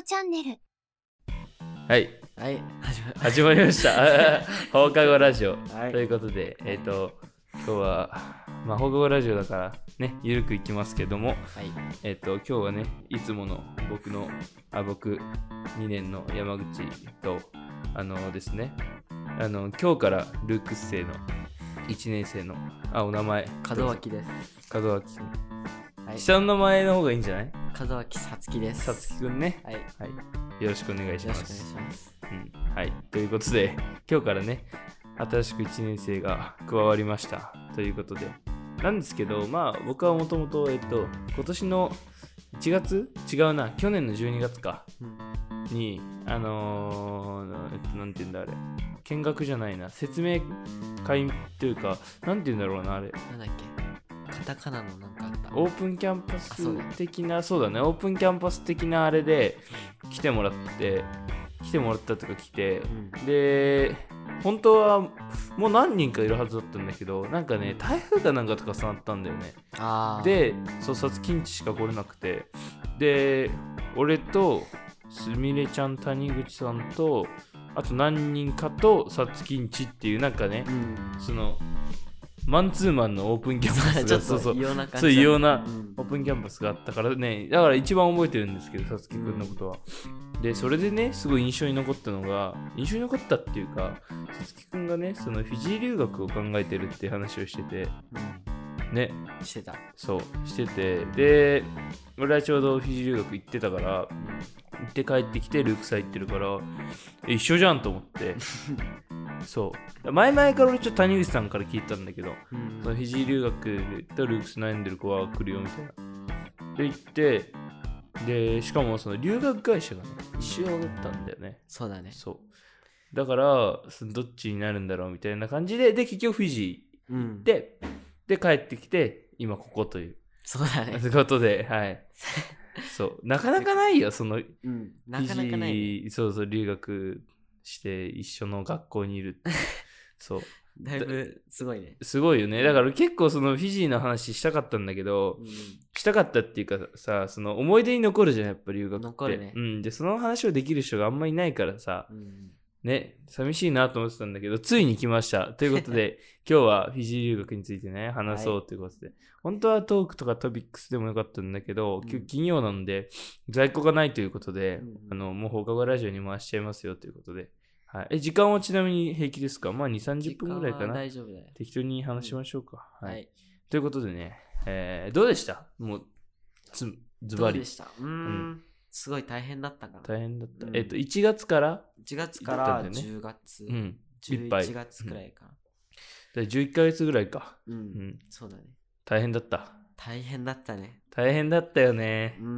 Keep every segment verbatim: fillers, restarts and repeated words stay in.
チャンネル。 はいはい始ま始まりました放課後ラジオ、 はいということでえっ、ー、と今日はまあ放課後ラジオだからねゆるくいきますけども、 はいえっ、ー、と今日はねいつもの僕のあ僕にねんの山口とあのですねあの今日からルークス生のいちねん生のあお名前門脇です。 門脇さん、 はい、 下の名前の方がいいんじゃない？ 門脇さつきです。 さつきくんね、 はい、 はい、よろしくお願いしよろしくお願いますします。 うん、はいということで今日からね新しくいちねん生が加わりましたということでなんですけど、まあ僕はもともとえっと今年のいちがつ違うな去年のじゅうにがつか、うん、にあのー、えっとなんて言うんだあれ見学じゃないな説明会というかなんて言うんだろうなあれなんだっけカタカナのなんかあったオープンキャンパス的なそうだねオープンキャンパス的なあれで来てもらって来てもらったとか来て、うん、で本当はもう何人かいるはずだったんだけどなんかね台風かなんかとか重なったんだよね。 あでそうさつきんちしか来れなくてで俺とすみれちゃん谷口さんとあと何人かとさつきんちっていうなんかね、うん、そのマンツーマンのオープンキャンパスがちょっとそうそう異様な感じそう異様なオープンキャンパスがあったからねだから一番覚えてるんですけどさつきくんのことは、うん、でそれでねすごい印象に残ったのが印象に残ったっていうかさつきくんがねそのフィジー留学を考えてるって話をしてて、うん、ねしてたそうしててで俺はちょうどフィジー留学行ってたから行って帰ってきてルークサイ行ってるからえ一緒じゃんと思ってそう前々から俺ちょっと谷口さんから聞いたんだけど、うん、そのフィジー留学とルークス悩んでる子は来るよみたいなで行ってでしかもその留学会社がね一緒だったんだよね。 そうだねそうだからそのどっちになるんだろうみたいな感じでで結局フィジー行って、うん、で帰ってきて今ここというそうだねということではいそうなかなかないよその、 うん、なかなかない、 ね、そうそう留学して一緒の学校にいるそうだいぶすごいねすごいよねだから結構そのフィジーの話したかったんだけど、うん、したかったっていうかさその思い出に残るじゃんやっぱ留学って残るね、 うん、でその話をできる人があんまりいないからさ、うんね、寂しいなと思ってたんだけどついに来ましたということで今日はフィジー留学についてね話そうということで、はい、本当はトークとかトピックスでもよかったんだけど、うん、今日金曜なんで在庫がないということで、うん、あのもう放課後ラジオに回しちゃいますよということで、はい、え時間はちなみに平気ですか？まあにじゅう、さんじゅっぷんぐらいかな。 大丈夫だよ。 適当に話しましょうか、 うん、 はい、 はい、 ということでね、えー、どうでしたもうずズバリどうでしたうーん、うんすごい大変だったかな。 大変だった。うん、えっと、いちがつからいちがつからじゅうがつ、 うん、 じゅういちがつくらいかな。 うん、じゅういっかげつぐらいか。 うん、うん、そうだね。 大変だった。 大変だったね。 大変だったよね。 うん。うん、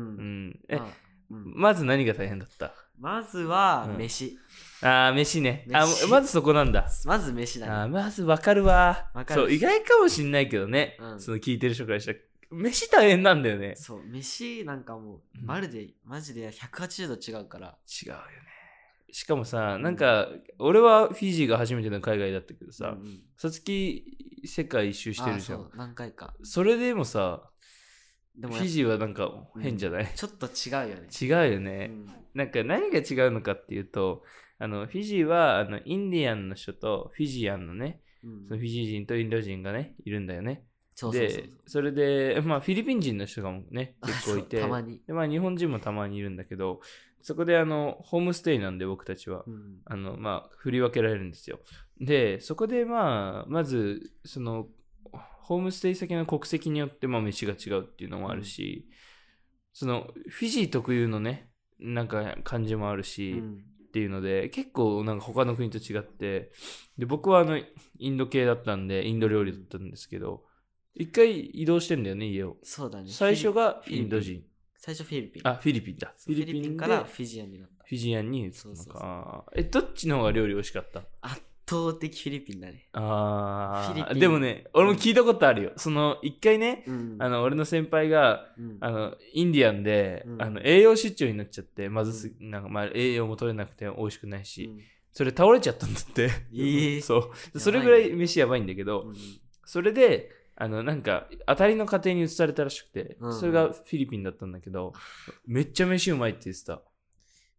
え、まあうん、まず何が大変だった？ まずは、飯。 うん、ああ、飯ね飯。あ、まずそこなんだ。 まず飯だね。 あまずわかるわ。わかる。そう、意外かもしんないけどね。うん、その聞いてる人からしたら。飯大変なんだよね。 そう、飯なんかもう、まるで、うん、マジでひゃくはちじゅうど違うから。 違うよね。しかもさ、なんか、俺はフィジーが初めての海外だったけどさ、さつき世界一周してるじゃん。 そう、何回か。 それでもさ、でもフィジーはなんか変じゃない、うん、 ちょっと違うよね。 違うよね、うん。なんか何が違うのかっていうと、あの、フィジーは、あの、インディアンの人とフィジアンのね、うん、そのフィジー人とインド人がね、いるんだよね。 そうそうそうそうでそれで、まあ、フィリピン人の人がね結構いてたまにで、まあ、日本人もたまにいるんだけどそこであのホームステイなんで僕たちは、うん、あのまあ、振り分けられるんですよ。でそこで、まあ、まずそのホームステイ先の国籍によって、まあ、飯が違うっていうのもあるし、うん、そのフィジー特有のねなんか感じもあるし、うん、っていうので結構なんか他の国と違ってで僕はあのインド系だったんでインド料理だったんですけど一回移動してんだよね家を。 そうだね。 最初がインド人。 最初フィリピン。 あフィリピンだ。 フィリピンからフィジアンになった。 フィジアンに移ったのか。そうそうそうえどっちの方が料理美味しかった？ 圧倒的フィリピンだね。 ああでもね俺も聞いたことあるよ。その一回ね、うん、あの俺の先輩が、うん、あのインディアンで、うん、あの栄養失調になっちゃってまずす、うん、なんかまあ栄養も取れなくて美味しくないし、うん、それ倒れちゃったんだって。 えー、 そうそれぐらい飯やばいんだけど、うん、それであのなんか当たりの家庭に移されたらしくて、うん、それがフィリピンだったんだけどめっちゃ飯うまいって言ってた。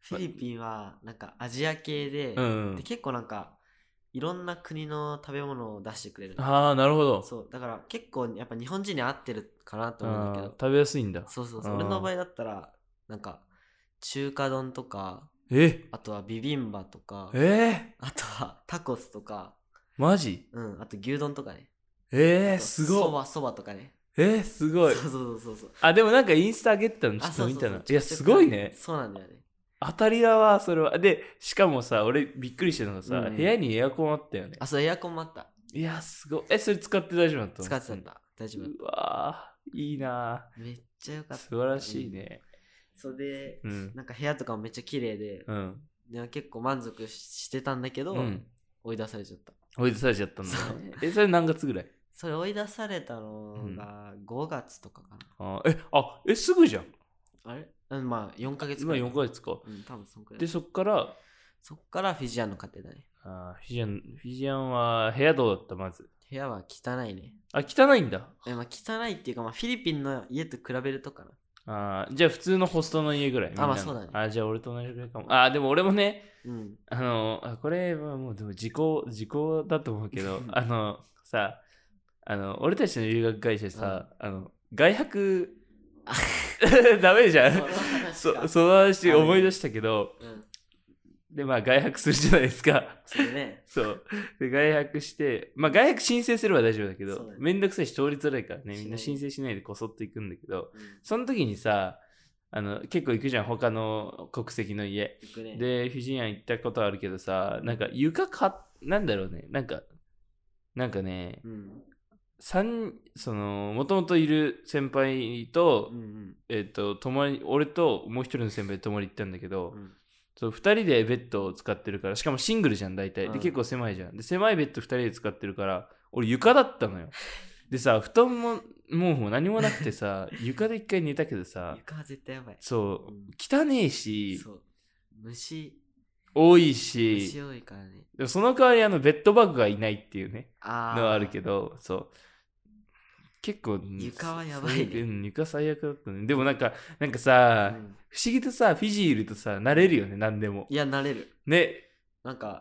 フィリピンはなんかアジア系で、 うんうん、 で結構なんかいろんな国の食べ物を出してくれる。 ああ、なるほど。 そうだから結構やっぱ日本人に合ってるかなと思うんだけど、 食べやすいんだ。 そうそうそう。俺の場合だったらなんか中華丼とか、 えあとはビビンバとか、 えあとはタコスとか、 マジ？ うん、あと牛丼とかね。 えー、すごい。 そばそばとかね。 えー、すごい。 そうそうそうそう。 あ、でもなんかインスタ上げてたのちょっと見たの。いや、すごいね。 そうなんだよね。 当たりだわ、それは。で、しかもさ、俺びっくりしてるのがさ、 うんうん、 部屋にエアコンあったよね。 あ、そう、エアコンもあった。 いや、すごい。え、それ使って大丈夫だったの？ 使ってた。大丈夫だった。 うわー、いいな。 めっちゃよかった。 素晴らしいね。 うん、それで、 うん、 なんか部屋とかもめっちゃ綺麗で、 うん、 で結構満足してたんだけど、うん、追い出されちゃった。 追い出されちゃったんだね。え、それ何月ぐらい？ それ追い出されたのがごがつとかかな。 うん、あえ、あ、え、すぐじゃん。 あれうん、まあよんかげつくらい。今よんかげつか。 うん、多分そんくらい。 で、そっから、 そっからフィジアンの家庭だね。 あフィジアン、フィジアンは部屋どうだったまず？ 部屋は汚いね。 あ、汚いんだ。 え、まあ、汚いっていうか、まあ、フィリピンの家と比べるとかな。あじゃあ普通のホストの家ぐらい。 あ、まあそうだね。 あじゃあ俺と同じぐらいかも。あでも俺もね、 うん、 あの、あこれはもうでも時効、時効だと思うけど、あの、さ、あの、俺たちの留学会社さ、うん、あの、外泊、ダメじゃん。そ, その話思い出したけど、うん、で、まあ外泊するじゃないですか。 そうね。 そう。で、外泊して、まあ外泊申請すれば大丈夫だけど、めんどくさいし通りづらいからね、みんな申請しないでこそっと行くんだけど、うん、その時にさ、あの、結構行くじゃん、他の国籍の家。ね、で、フィジアン行ったことあるけどさ、なんか床か、なんだろうね、なんか、なんかね、うん三そのもともといる先輩と、うんうん、えっ、ー、と泊まり俺ともう一人の先輩で泊まり行ったんだけど、うん、そうふたりでベッドを使ってるから、しかもシングルじゃん大体で、結構狭いじゃんで、狭いベッドふたりで使ってるから俺床だったのよ。でさ、布団ももう何もなくてさ床で一回寝たけどさ、 床は絶対やばい。 そう、うん、汚ねえし、 そう虫多いし、 虫多いからね。 でもその代わりあのベッドバッグがいないっていうねのはあるけど、そう結構床はやばいね。 うん、床最悪だったね。でもなんかなんかさ、うん、不思議とさフィジーいるとさ慣れるよね、何でも。 いや慣れるね。 なんか、 うん、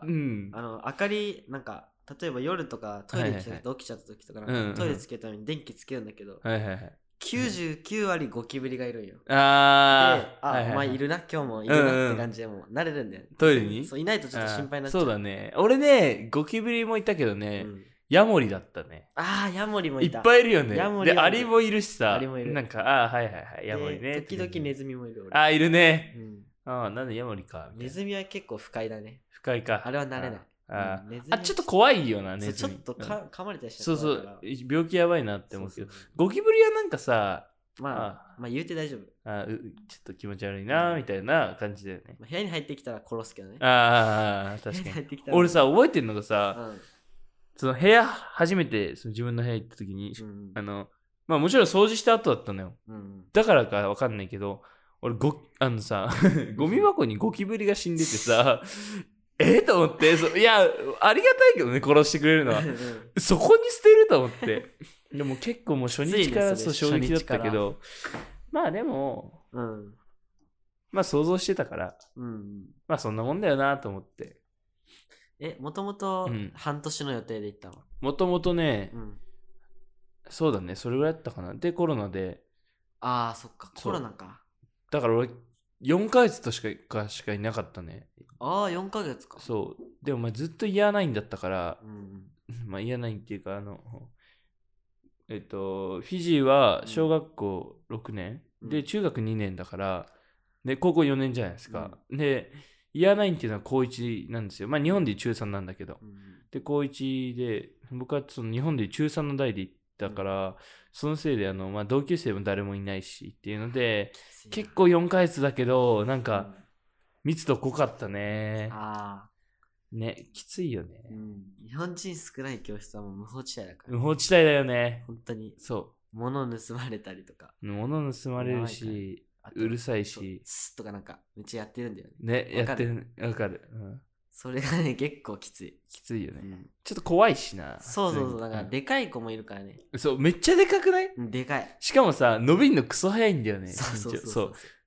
あの明かりなんか例えば夜とかトイレ来て起きちゃった時とか、なんか、はいはいはい、トイレつけるために電気つけるんだけど、 はいはいはい、 きゅうじゅうきゅうわりゴキブリがいるんよ。 あで、あ、はいはいはい、お前いるな、今日もいるなって感じでもう慣れるんだよ、ね、 トイレに。 そういないとちょっと心配になっちゃう。 そうだね。俺ね、ゴキブリもいたけどね、うん、ヤモリだったね。 ああ、ヤモリもいた。 いっぱいいるよね。で、アリもいるしさ。 アリもいる。 なんか、ああ、はいはいはい。ヤモリね。 時々ネズミもいる。 ああ、いるね。うん、ああ、なんでヤモリか。 ネズミは結構不快だね。 不快か。 あれは慣れない。 あ、うん、あ、ちょっと怖いよな、ネズミ。 ちょっとか、うん、噛まれたりしたら。そうそう。病気やばいなって思うけど。そうそうそう、ゴキブリはなんかさ、 まあ、あまあ言うて大丈夫。 あうちょっと気持ち悪いなみたいな感じだよね。 まあ、部屋に入ってきたら殺すけどね。 ああ、確かに。俺さ、覚えてんのがさ、うん、その部屋、初めてその自分の部屋行った時に、うん、あの、まあもちろん掃除した後だったのよ。うん、だからかわかんないけど、俺ご、あのさ、ゴミ箱にゴキブリが死んでてさ、えと思って、そいや、ありがたいけどね、殺してくれるのは。そこに捨てると思って。でも結構もう初日からそう衝撃だったけど、まあでも、うん、まあ想像してたから、うん、まあそんなもんだよなと思って。 え、もともと半年の予定で行ったの？ もともとね、うん、そうだね、それぐらいだったかな。で、コロナで。 ああ、そっか、コロナか。 だから俺、よんかげつとしかしかいなかったね。 ああ、よんかげつか。 そう。でもまあずっとイヤーナインだったから、うん、まあイヤーナインっていうか、あの、えっと、フィジーは小学校ろくねん、うん、で、中学にねんだから、で、高校よねんじゃないですか。うん、で、イヤーナインっていうのは高いちなんですよ。まあ日本で中さんなんだけど。うん、で、高いちで、僕はその日本で中さんの代で行ったから、うん、そのせいであの、まあ、同級生も誰もいないしっていうので、結構よんかげつだけど、なんか、密度濃かったね。ああ。ね、きついよね、 うん。日本人少ない教室はもう無法地帯だから、 ね。無法地帯だよね。 本当に。 そう。 物盗まれたりとか。 物盗まれるし、うるさいし。 スッとかなんか、めっちゃやってるんだよね。ね、やってる。わかる。うん。 それがね、結構きつい。 きついよね。うん、ちょっと怖いしな。 そうそうそう。だから、でかい子もいるからね。 そう、めっちゃでかくない？ でかい。 しかもさ、伸びんのクソ早いんだよね。 そうそうそうそう。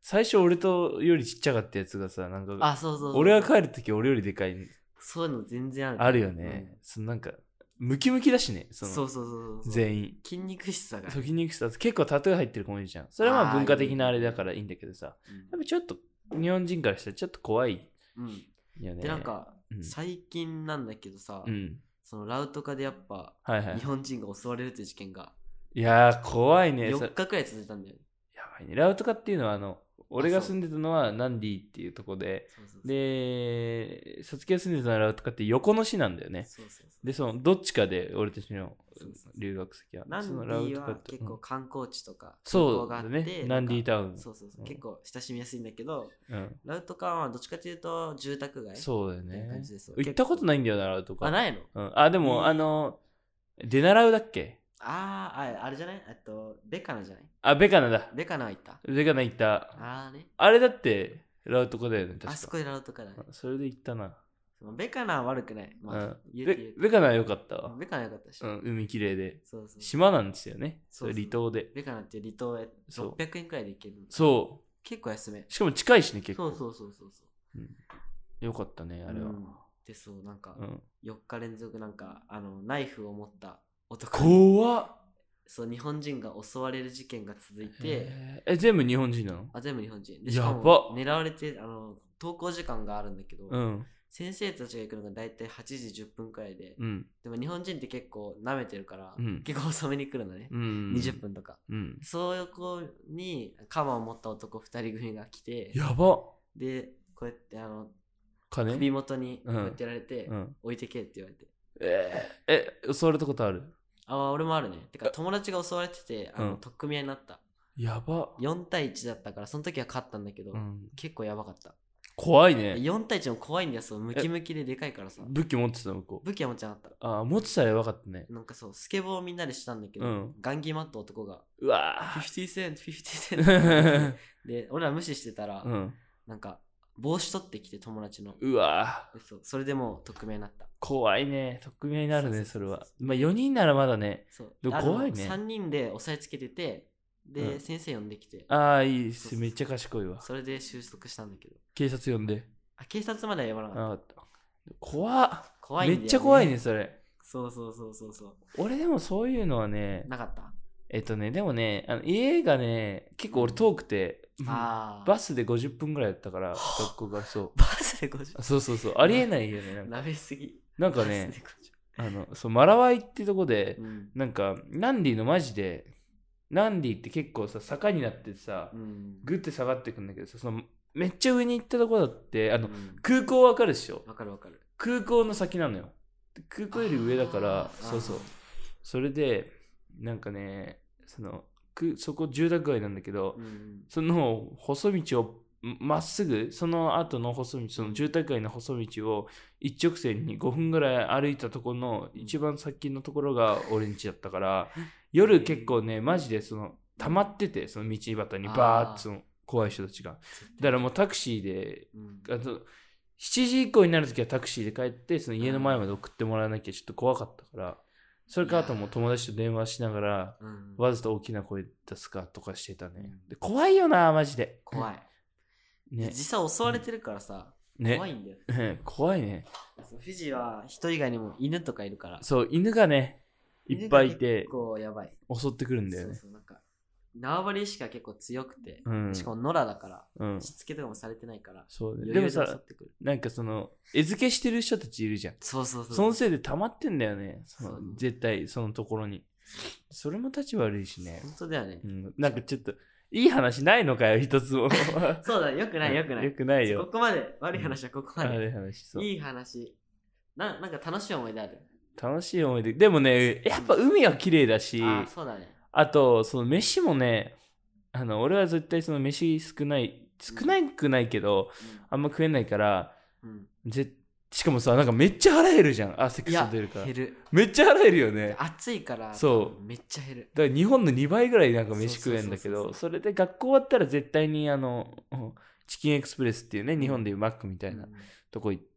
最初俺とよりちっちゃかったやつがさ、なんか、 あ、そうそうそう。 俺が帰るとき俺よりでかい。 そういうの全然ある。 あるよね。うん、そのなんか、ムキムキだしね。そのそうそうそうそう。 全員。 筋肉質だから。 筋肉質だ。結構タトゥー入ってる子もいるじゃん。それはまあ文化的なあれだからいいんだけどさ。やっぱちょっと、日本人からしたらちょっと怖いよね。 で、なんか、うん、最近なんだけどさ、うん、そのラウトカでやっぱ、はいはい、日本人が襲われるっていう事件が。 いやー、怖いね。 よっかくらい続いたんだよね。 やばいね。ラウトカっていうのは、あの、俺が住んでたのはナンディっていうとこで、そうそうそうで、さつきが住んでたのはラウトカって横の市なんだよね。そうそうそうで、そのどっちかで俺たちの留学先は。 ナンディは結構観光地とか空港があって、そうね、ナンディタウン。 そうそうそう、うん、結構親しみやすいんだけど、うん、ラウトカはどっちかというと住宅街。 そうだよね。行ったことないんだよな、ラウトカ。 あ、ないの？ うん、あ、でも、あの、デナラウだっけ？ ああ、あれじゃない？あと、ベカナじゃない？ あ、ベカナだ。 ベカナは行った。 ベカナ行った。 ああね。 あれだって、ラウトカだよね、確か。 あそこでラウトカだね。 それで行ったな。 ベカナは悪くない。まあ、うん、 言うてベカナは良かったわ。 ベカナは良かったし、 うん。海きれいで。そうそう。島なんですよね。そうそう、離島で。 ベカナっていう離島へろっぴゃくえんくらいで行ける。 そう。 結構安め。 しかも近いしね、結構。 そうそうそうそうそう、うん。 よかったね、あれは。うん、 で、そう、なんか、うん、よっか連続なんか、あの、ナイフを持った男。 怖っ。 そう、日本人が襲われる事件が続いて。 え、全部日本人なの？ あ、全部日本人。で、しかも狙われて、あの、登校時間があるんだけど、うん、先生たちが行くのがだいたいはちじじゅっぷんくらいで、うん、でも日本人って結構舐めてるから、うん、結構遅めに来るのね、うん、にじゅっぷんとか、うん、そういう子に鎌を持った男ふたり組が来て、 やば。 で、こうやってあの首元にこうやってやられて、うん、置いてけって言われて、 えー、え、襲われたことある？ あ、俺もあるね。てか友達が襲われてて、あの、うん、取っ組み合いになった。 やば。 よんたいいちだったからその時は勝ったんだけど、うん、結構やばかった。 怖いね。 よんたいいちも怖いんだよ。そう、ムキムキででかいからさ。 武器持ってたの？こう武器は持ってなかった。 ああ、持ってたらやばかったね。 なんかそう、スケボーみんなでしたんだけど、うん、ガンギマット男が、 うわぁ、フィフティーセント、フィフティーセントで、俺ら無視してたら、うん、なんか、帽子取ってきて友達の。 うわぁ。そう、それでもう匿名になった。 怖いね。匿名になるね、それは。まあよにんならまだね。そう。でも怖いね。 さんにんで押さえつけてて、で、うん、先生呼んできて。 ああ、いいっす。めっちゃ賢いわ。 それで収束したんだけど。 警察呼んで。 あ、警察までは呼ばなかった。 怖っ。 怖いんだよね。 めっちゃ怖いね、それ。 そうそうそうそうそう。 俺でもそういうのはね。 なかった？ えっとね、でもね、あの家がね、結構俺遠くて、うん、あバスでごじゅっぷんぐらいだったから、学校がそう。 バスでごじゅっぷん？ そうそうそう。ありえないよね。 なめすぎ。 なんかね、あの、そう、マラワイってとこで、うん、なんか、ナンディのマジで、ナンディって結構さ、坂になってさ、うん、グッて下がってくんだけどさ、その、めっちゃ上に行ったとこだって、あの、うん、空港わかるでしょ？ わかるわかる。 空港の先なのよ。空港より上だから、そうそう。それで、なんかね、その、くそこ住宅街なんだけど、うん、その細道をまっすぐ、その後の細道、その住宅街の細道を一直線にごふんぐらい歩いたところの一番先のところが俺ん家だったから、夜結構ね、マジでその、溜まってて、その道端にバーッとその怖い人たちが。だからもうタクシーで、うん、あとしちじ以降になるときはタクシーで帰って、その家の前まで送ってもらわなきゃちょっと怖かったから、それからあとも友達と電話しながら、うん、わざと大きな声出すかとかしてたね。で怖いよな、マジで。 怖い。ね、実際襲われてるからさ、うん、怖いんだよ。 ね、怖いね。 フィジーは人以外にも犬とかいるから。 そう、犬がね、いっぱいいて、 結構やばい。 襲ってくるんだよね。そうそう、 なんか縄張り意識が結構強くて、うん、しかも野良だから、うん、しつけとかもされてないから、 そうね、でもさ、なんかその餌付けしてる人たちいるじゃん。 そうそうそう。 そのせいで溜まってんだよね。その絶対そのところに。それも立ち悪いしね。 本当だよね。 うん、なんかちょっといい話ないのかよ、一つも。 そうだ、よくないよくない。 よくないよ。 ここまで悪い話はここまで。 悪い話、そう。 いい話。な、なんか楽しい思い出ある。 楽しい思い出。でもね、やっぱ海は綺麗だし、 あ、そうだね。 あとその飯もね。あの俺は絶対その飯少ない少ないくないけど、うん、あんま食えないから、うん、ぜしかもさなんかめっちゃ腹減るじゃん、汗くそ出るから。 減る。 めっちゃ腹減るよね。 暑いからそうめっちゃ減る。 だから日本のにばいぐらいなんか飯食えんだけど、それで学校終わったら絶対にあのチキンエクスプレスっていうね、日本でいうマックみたいなとこ行って、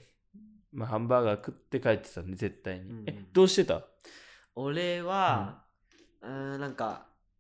まあ、ハンバーガー食って帰ってたんで絶対に、うん、えどうしてた？ 俺は、うん、うーんなんか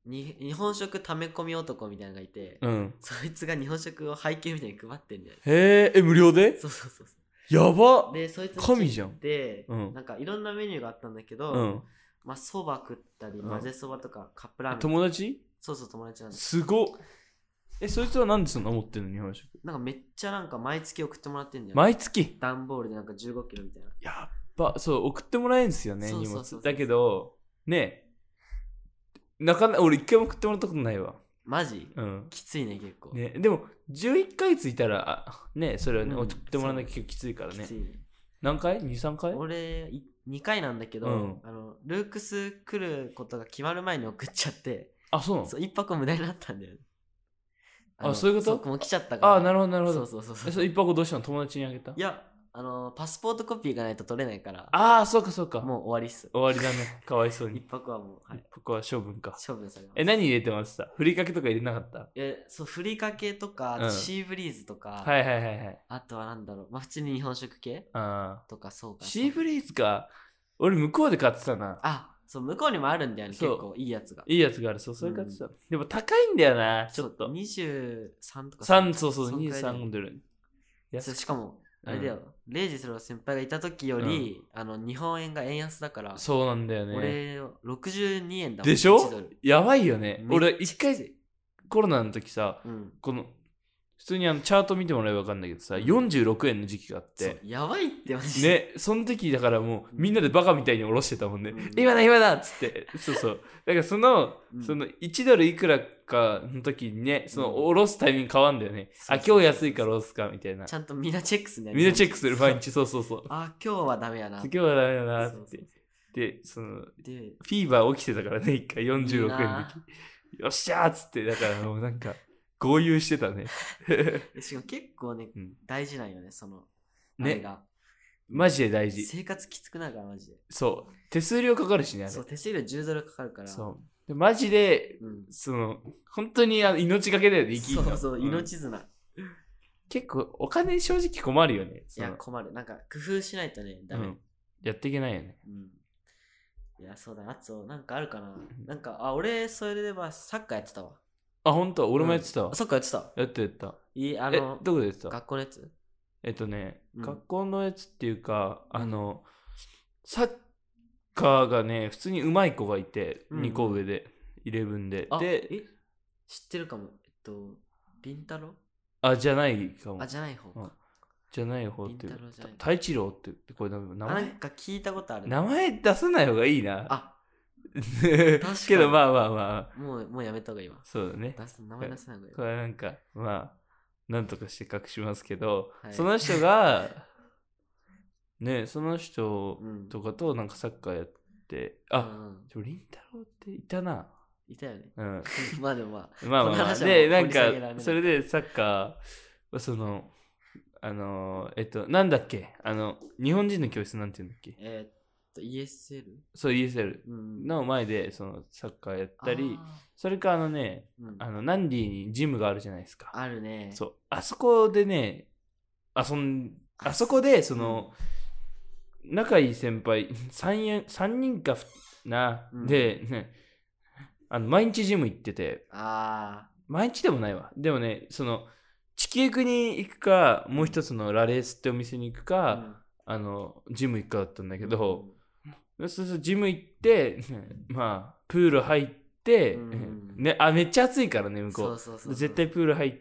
に日本食溜め込み男みたいなのがいて、うん、そいつが日本食を配給みたいに配ってんだよ。 へえ、え、無料で？ そうそうそうそう。 やば。 で、そいつ神じゃん。 で、うん、なんかいろんなメニューがあったんだけど、うん、まあそば食ったり、混ぜそばとかカップラーメン。 友達？ そうそう、友達なんだ。 すごっ。え、そいつはなんでそんな持ってんの日本食？ なんかめっちゃなんか毎月送ってもらってんだよ。 毎月？ 段ボールでなんかじゅうごキロみたいな。 やっば、そう、送ってもらえるんですよね、荷物。だけど、ね、なかなか俺一回も送ってもらったことないわ。 マジ？うん。きついね、結構。 ね、でも、じゅういっかげついたら、あね、それはね、うん、送ってもらわなきゃきついからね。きついね。何回 ?に、さんかい？ 俺、にかいなんだけど、うん、あの、ルークス来ることが決まる前に送っちゃって、 あ、そうなの？ そう、一泊無駄になったんだよね。 あ, あ、そういうこと？ そう、もう来ちゃったから。 あ、なるほど、なるほど。 そうそうそうそう。 え、それ一泊どうしたの？友達にあげた？ いや、あの、パスポートコピーがないと取れないから。 ああ、そうかそうか。 もう終わりっす。 終わりだね。かわいそうに。 一泊はもう、 はい。一泊は処分か。 処分されます。 え、何入れてました？ふりかけとか入れなかった？ え、そう、ふりかけとか、うん、シーブリーズとか。 はいはいはいはい。 あとはなんだろう。まあ、普通に日本食系とかそうか。 シーブリーズか。俺向こうで買ってたな。 あ、そう、向こうにもあるんだよね。結構いいやつが。 いいやつがある。そう、それ買ってた。うん、でも高いんだよな、ちょっと。 にじゅうさんとかさん、そうそう、にじゅうさんドル。 しかも、あれだよ、うん、レイジする先輩がいた時より、うん、あの日本円が円安だから。 そうなんだよね。 俺、ろくじゅうにえんだもん。 でしょ？やばいよね。俺、一回コロナの時さ、うん、この、普通にあのチャート見てもらえば分かんないけどさ、うん、よんじゅうろくえんの時期があって。 やばいってマジで。 ね、その時だからもうみんなでバカみたいに下ろしてたもんね。うん、今だ今だっつって。そうそう。だからその、うん、そのいちドルいくらかの時にね、その下ろすタイミング変わんだよね。うん、あ、今日安いから下ろすかみたいな。 ちゃんとみんなチェックするね。 みんなチェックする毎日。そうそうそう。 あ、今日はダメやな。 今日はダメだなって。そうそうそう、で、その、でフィーバー起きてたからね、一回よんじゅうろくえんの時。よっしゃーっつって、だからもうなんか、豪遊してたね。 しかも結構ね、うん、大事なんよね、その、 ね、あれが。マジで大事。 生活きつくなるから、マジで。 そう。手数料かかるしね、あれ。 そう、手数料じゅうドルかかるから。 そう。でマジで、うん、その、本当にあの命がけだよね、生きるの。 そうそう、命綱。 うん、結構、お金正直困るよね。 いや、困る。なんか、工夫しないとね、ダメ。うん、 やっていけないよね。 うん、いや、そうだ。あと、なんかあるかな。なんか、あ、俺、それではサッカーやってたわ。 あ、ほんと？俺もやってたわ。 うん、サッカーやってた。 やってた。 いい、あの、 え、どこでやってた？ 学校のやつ？ えっとね、うん、学校のやつっていうか、あの、サッカーがね、普通に上手い子がいて、うん、にこ上で、じゅういちで。で、 え知ってるかも。えっと、ビンタロ？ あ、じゃないかも。 あ、じゃない方か。うん、 じゃない方っていう。太一郎って言って、これ名前。 なんか聞いたことある。 名前出さない方がいいな。 あけどまあまあまあもうもうやめた方がいいわ。 そうだね。 出す名前出さない方がいい。 これなんかまあなんとかして隠しますけど、はい、その人がねその人とかとなんかサッカーやって、うん、あ、うん、りんたろーっていたな。 いたよね。 うん。 まあでもまあまあまあ、まあ、でなんかそれでサッカーそのあのえっとなんだっけあの日本人の教室なんていうんだっけ。 えーイーエスエル？ そう イーエスエル の前でそのサッカーやったり、うん、それかあのね、うん、あのナンディにジムがあるじゃないですか。 あるね。 そうあそこでね遊んあそこでその、うん、仲いい先輩さん、さんにんかな、うん、で、ね、あの毎日ジム行ってて、 あ毎日でもないわ。でもねその地球区に行くかもう一つのラレースってお店に行くか、あのジム行くかだったんだけど、そうするとジム行って、まあ、プール入って、うん、ね、あ、めっちゃ暑いからね、向こう。 そうそうそうそう絶対プール入って、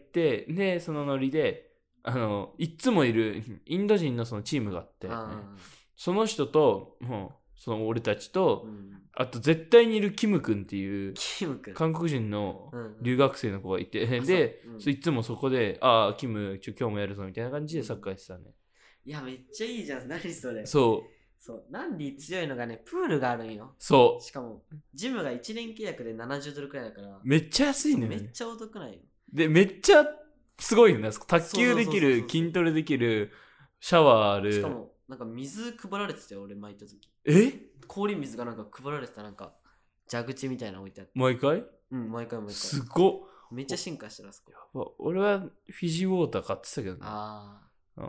で、そのノリで、あの、いっつもいるインド人のそのチームがあって、ね、その人と、もう、その俺たちと、うん、あと絶対にいるキム君っていう、韓国人の留学生の子がいて、うん、で、うん、そいつもそこで、ああ、キム、ちょ今日もやるぞみたいな感じでサッカーしてたね。 いや、めっちゃいいじゃん、何それ。 そう。 そう、ナンディ強いのがね、プールがあるんよ。 そう。 しかも、ジムがいちねん契約でななじゅうドルくらいだから。 めっちゃ安いね。 めっちゃお得ないよ。 で、めっちゃすごいよね。卓球できる、筋トレできる、シャワーある。 しかも、なんか水配られてたよ、俺巻いた時。 え氷水がなんか配られてた、なんか、蛇口みたいなの置いてあって。 毎回うん、毎回毎回。 すごっ。 めっちゃ進化してる、あそこ。 やば。俺はフィジーウォーター買ってたけどね。 ああ。うん。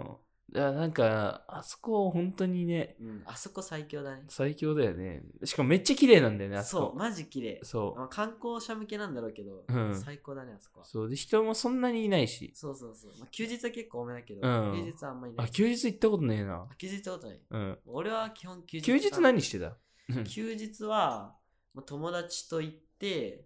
やなんかあそこ本当にね、 うん、あそこ最強だね。 最強だよね。しかもめっちゃ綺麗なんだよね、あそこ。 そうマジ綺麗。 そう、 まあ、観光者向けなんだろうけど、うん、最高だねあそこは。 そうで人もそんなにいないし。 そうそうそう、まあ、休日は結構多めだけど、うん、平日はあんまりいない。 あ休日行ったことねえな。 休日行ったことない、 うん、 俺は基本休日。 休日何してた？ 休日は友達と行って、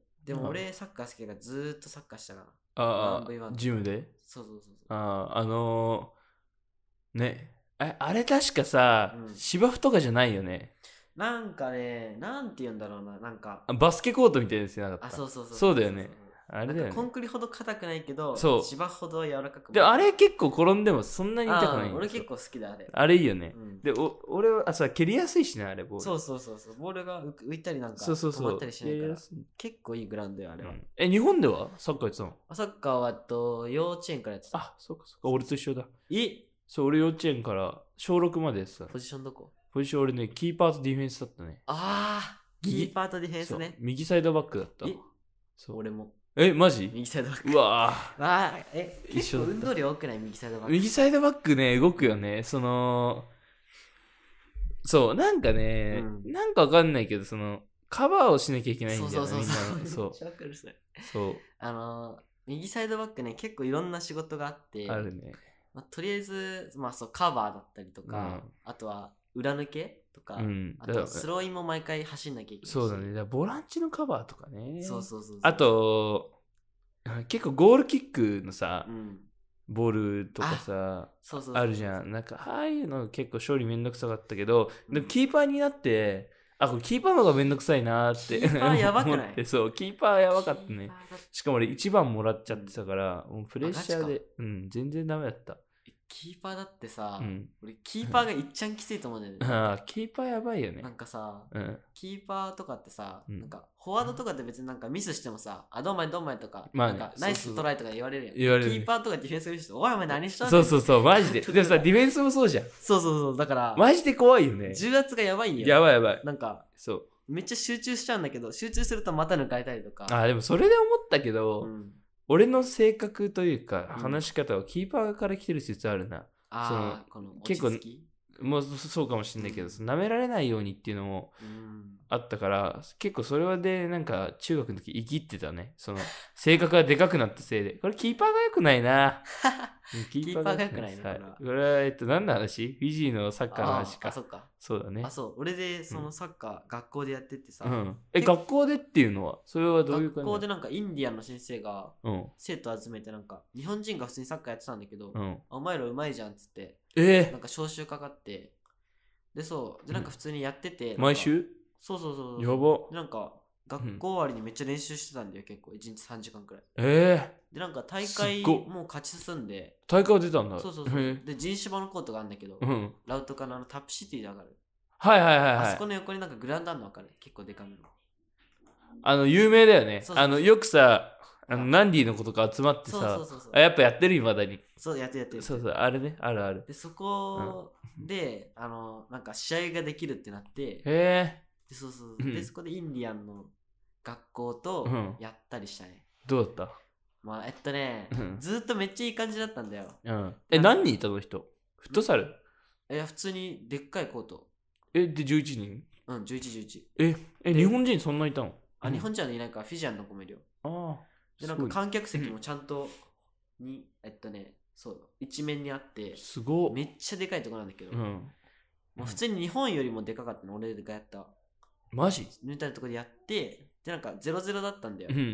でも俺サッカー好きだからずーっとサッカーしたから。 ああ、ジムで？ そうそうそうそう。 ああ、あのー、ね。え、あれ確かさ、うん、芝生とかじゃないよね。 なんかね、なんて言うんだろうな、なんか。 バスケコートみたいですよ、なかった。 あ、そうそうそう。 そうだよね。あれだよね。 コンクリほど硬くないけど、 そう芝ほど柔らかく。 で、あれ結構転んでもそんなに痛くない。 俺結構好きだ、あれ。 あれいいよね。うん、で、お俺は、あ、さ、蹴りやすいしね、あれ、ボール。 そうそうそうそう。ボールが浮いたりなんか、止まったりしないから。結構いいグラウンドよ、あれは。うん、え、 日本ではサッカーやってたの？ サッカーはと幼稚園からやってた。 あ、そうかそうか。俺と一緒だ。 えそう、俺幼稚園から小ろくまでやってた。 ポジションどこ？ ポジション俺ね、キーパーとディフェンスだったね。 ああ、キーパーとディフェンスね。 右サイドバックだった。 えそう俺も。 え、マジ？ 右サイドバック。 うわぁ。あーえ、結構運動量多くない右サイドバック。 右サイドバックね、動くよね。その、そう、なんかね、うん、なんかわかんないけど、その、カバーをしなきゃいけないんだよね、 そうそうそうそう。 みんな。そう。そう。 あのー、右サイドバックね、結構いろんな仕事があって、 あるね。 まあ、とりあえず、まあそう、カバーだったりとか、うん、あとは裏抜けとか、うん、あとスローインも毎回走んなきゃいけないし。 そうだね。だからボランチのカバーとかね。 そうそうそうそう。 あと、結構ゴールキックのさ、うん、ボールとかさ、あるじゃん。なんか、ああいうの結構処理めんどくさかったけど、うん、でもキーパーになって、あ、これキーパーの方がめんどくさいなーって。 キーパーやばくない？ そう、キーパーやばかったね。しかも俺いちばんもらっちゃってたから、うん、もうプレッシャーで、うん、全然ダメだった。 キーパーだってさ、うん、俺キーパーがいっちゃんきついと思うんだよね。 ああ、キーパーやばいよね。 なんかさ、 うん、 キーパーとかってさ、うん、なんかフォワードとかって別になんかミスしてもさ、あ、どんまいどんまいとか、 まあね、 なんかナイストライとか言われるやん。 言われる、 キーパーとかディフェンスの人、おいお前何したんそうそうそう、マジで。でもさ、ディフェンスもそうじゃん。 そうそうそう、だから、 マジで怖いよね。 重圧がやばいんよ。 やばいやばい。 なんか、 そう。 めっちゃ集中しちゃうんだけど、集中するとまた抜かれたりとか。 あ、でもそれで思ったけど、うん、俺の性格というか、話し方はキーパーから来てる説あるな。 ああ、この結構もうそうかもしれないけど、うん、舐められないようにっていうのもあったから、うん、結構それはでなんか中学の時生きってたね。その性格がでかくなったせいで、これキーパーが良くないな。 キーパーが良くないね。 はい、これはえっと何の話？フィジーのサッカーの話か。 あ、そっか。 そうだね。 あ、そう。俺でそのサッカー、うん、学校でやってってさ。 うん、え、学校でっていうのはそれはどういう感じ？ 学校でなんかインディアンの先生が生徒集めてなんか日本人が普通にサッカーやってたんだけど、うん、お前らうまいじゃんっつって。 えー、 なんか招集かかってでそうでなんか普通にやってて、 うん、毎週そうそうそうやばでなんか学校終わりにめっちゃ練習してたんだよ、結構いちにちさんじかんくらい。 えー、でなんか大会もう勝ち進んで大会出たんだ。 そうそうそうで人種場のコートがあるんだけど、うん、ラウトかのあのタップシティで上がる。 はいはいはいはい。 あそこの横になんかグラウンドあるの分かる？結構でかめのあの有名だよね。そうそうそうあのよくさあのナンディの子とか集まってさ、そうそうそうそうあやっぱやってる今だに。 そうやってるやってる。 そうそうあれねあるある。 でそこで、うん、あのなんか試合ができるってなって、へえ。 でそうそう、うん、でそこでインディアンの学校とやったりしたね。 うん、どうだった？ まあえっとね、うん、ずっとめっちゃいい感じだったんだよ。 うん、え何人いたの人？フットサル？ いや普通にでっかいコート。 えでじゅういちにん？ うんじゅういち、じゅういち。 ええ日本人そんないたの？ あ日本人はいないからフィジアンの子もいるよ。 ああ。 でなんか観客席もちゃんとに、うん、えっとねそう一面にあってすごめっちゃでかいとこなんだけど、うん、もう普通に日本よりもでかかったの、俺がやったマジみたいなとこでやってでなんかゼロゼロだったんだよ、 うんうんうん、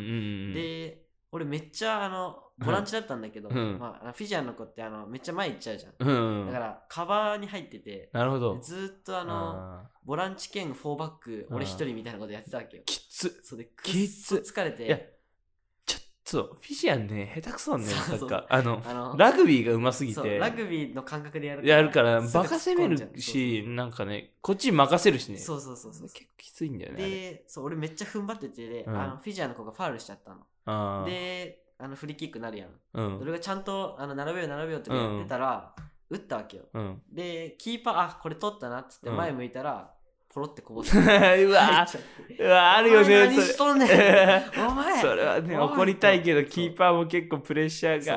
で俺めっちゃあのボランチだったんだけど、うんまあ、フィジアンの子ってあのめっちゃ前行っちゃうじゃん、うんうん、だからカバーに入っててなるほどずっとあのあボランチ兼フォーバック俺一人みたいなことやってたわけよ。 きつそれでくっそ疲れていやそうフィジアンね下手くそなんだよなんかあのあのラグビーがうますぎてラグビーの感覚でやるからやるからバカ攻めるしそうそうなんかねこっちに任せるしねそうそうそうそう結構きついんだよねでそう俺めっちゃ踏ん張っててで、うん、あのフィジアンの子がファウルしちゃったのあであのフリーキックなるやん、うん、俺がちゃんとあの並べよう並べようってやってたら、うん、打ったわけよ、うん、でキーパーあこれ取ったなっつって前向いたら、ポロってこぼすうわうわあるよね何しとんねんお前それはね怒りたいけどキーパーも結構プレッシャーが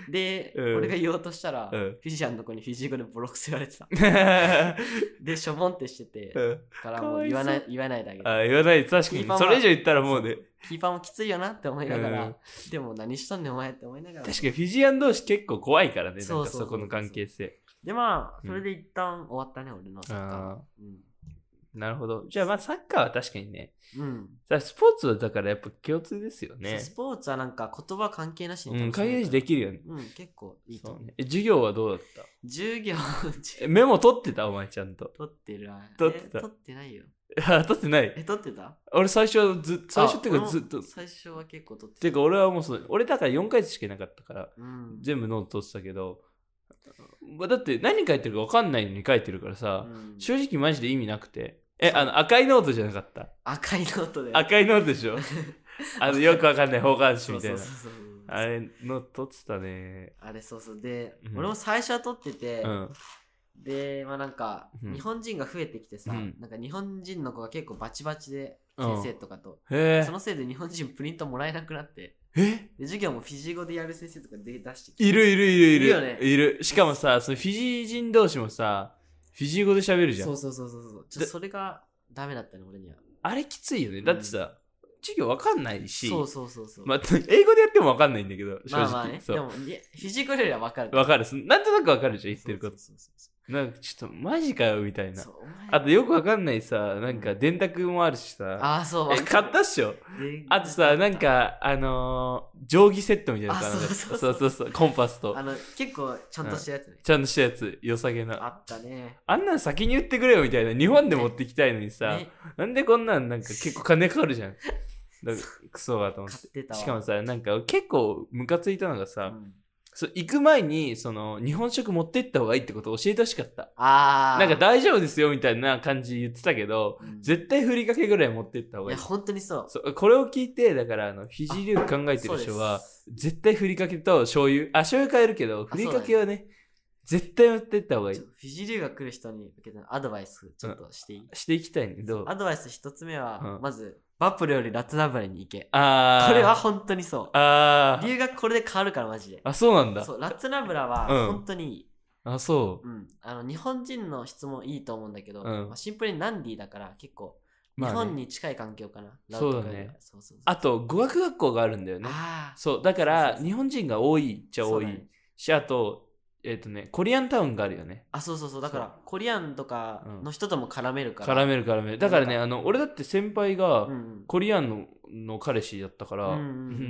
で、 うん俺が言おうとしたら、 うんフィジアンの子にフィジー語でボロクソ言われてた。で、しょぼんってしてて、 うんからもう言わない、言わないであげて。 あ言わない確かにキーパーはそれ以上言ったらもうねキーパーもきついよなって思いながら、 うんでも何しとんねんお前って思いながら。 確かにフィジアン同士結構怖いからね、 そうそうそうなんかそこの関係性。 で、まあ、それで一旦終わったね、俺のサッカーは。うんなるほど。じゃあまあサッカーは確かにね。 うん。 スポーツはだからやっぱ共通ですよね。 スポーツはなんか言葉関係なしにうん、関係なしできるよね。 うん、結構いいと思う。 ね、え授業はどうだった？ 授業えメモ取ってたお前ちゃんと。 取ってるわ。 取ってた。 取ってないよ。 あ、取ってない。 え、取ってた？ 俺最初はず最初っていうかずっと。 最初は結構取ってた。 ていうか俺はもうそう、俺だからよんかいしかいなかったから、 うん、 全部ノート取ってたけど、だって何書いてるか分かんないのに書いてるからさ、うん、正直マジで意味なくて。え、あの赤いノートじゃなかった？ 赤いノートで。 赤いノートでしょあのよくわかんない方眼紙みたいな。あれの撮ってたね。 あれそうそうで、うん、俺も最初は撮ってて、うん、でまあなんか、うん、日本人が増えてきてさ、うん、なんか日本人の子が結構バチバチで先生とかと、うん、そのせいで日本人プリントもらえなくなって、えで授業もフィジー語でやる先生とかで出してきているいるいるいるいるよね。 いる。しかもさ、そのフィジー人同士もさ。フィジー語で喋るじゃん。 そうそうそうそう。ちょっとそれがダメだったね、俺には。 あれきついよね。だってさ、うん、授業わかんないし。 そうそうそうそう。 まあ、英語でやってもわかんないんだけど、正直。 まあまあね。でも、フィジー語よりはわかる。 わかる。なんとなくわかるじゃん、言ってること。そうそうそうそうなんかちょっとマジかよみたいな。あとよくわかんないさ、なんか電卓もあるしさ。 ああ、そう。 え、買ったっしょ。あとさ、なんか、あのー、定規セットみたいな感じ。そうそうそうそう。コンパスと。 あの、結構ちゃんとしたやつね。 うん、ちゃんとしたやつ。良さげな。 あったね。 あんなん先に言ってくれよみたいな。日本で持ってきたいのにさ、ね、なんでこんなんなんか結構金かかるじゃん。だからクソがと思って。しかもさ、なんか結構ムカついたのがさ、うんそう行く前にその日本食持ってった方がいいってことを教えてほしかった。あなんか大丈夫ですよみたいな感じ言ってたけど、うん、絶対ふりかけぐらい持ってった方がいい。いや本当にそう。 そうこれを聞いてだからあのフィジー料理考えてる人は絶対ふりかけと醤油あ醤油買えるけどふりかけはね絶対持ってった方がいい。 フィジー留学来る人に向けてアドバイスちょっとしていい、うん、 していきたいね。どう？ アドバイス一つ目は、うん、まずバップルよりラッツナブラに行け。 あこれは本当にそう。 あ留学これで変わるからマジで。 あ、そうなんだ。 そう、ラッツナブラは本当にいい。 うん、あ、そう。 うん。あの、日本人の質問いいと思うんだけど、うんまあ、シンプルにナンディーだから結構、日本に近い環境かな。 まあね、そうだね。そうそうそうあと、語学学校があるんだよね。あそう、だから、そうそうそう日本人が多いっちゃ多い。ね、し、あと、えっ、ー、とね、コリアンタウンがあるよね。 あ、そうそうそう。だから、コリアンとかの人とも絡めるから。絡める絡める。だからね、あの、俺だって先輩がコリアンの、の彼氏だったから、うんうん、